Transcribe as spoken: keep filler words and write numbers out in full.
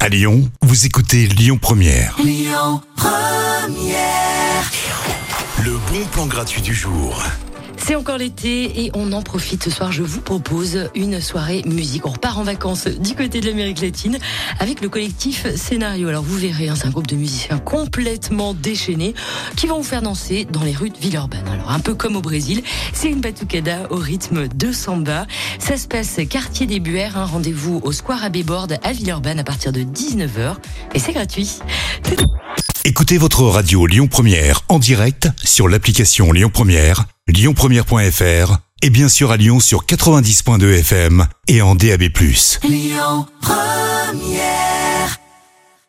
À Lyon, vous écoutez Lyon Première. Lyon Première. Le bon plan gratuit du jour. C'est encore l'été et on en profite. Ce soir, je vous propose une soirée musique. On repart en vacances du côté de l'Amérique latine avec le collectif Scénario. Alors vous verrez, hein, c'est un groupe de musiciens complètement déchaînés qui vont vous faire danser dans les rues de Villeurbanne. Alors un peu comme au Brésil, c'est une batucada au rythme de samba. Ça se passe quartier des Buères, hein, rendez-vous au Square Abbé-Borde à Villeurbanne à partir de dix-neuf heures et c'est gratuit. Écoutez votre radio Lyon Première en direct sur l'application Lyon Première, lyon première point f r et bien sûr à Lyon sur quatre-vingt-dix point deux F M et en D A B plus. Lyon Première.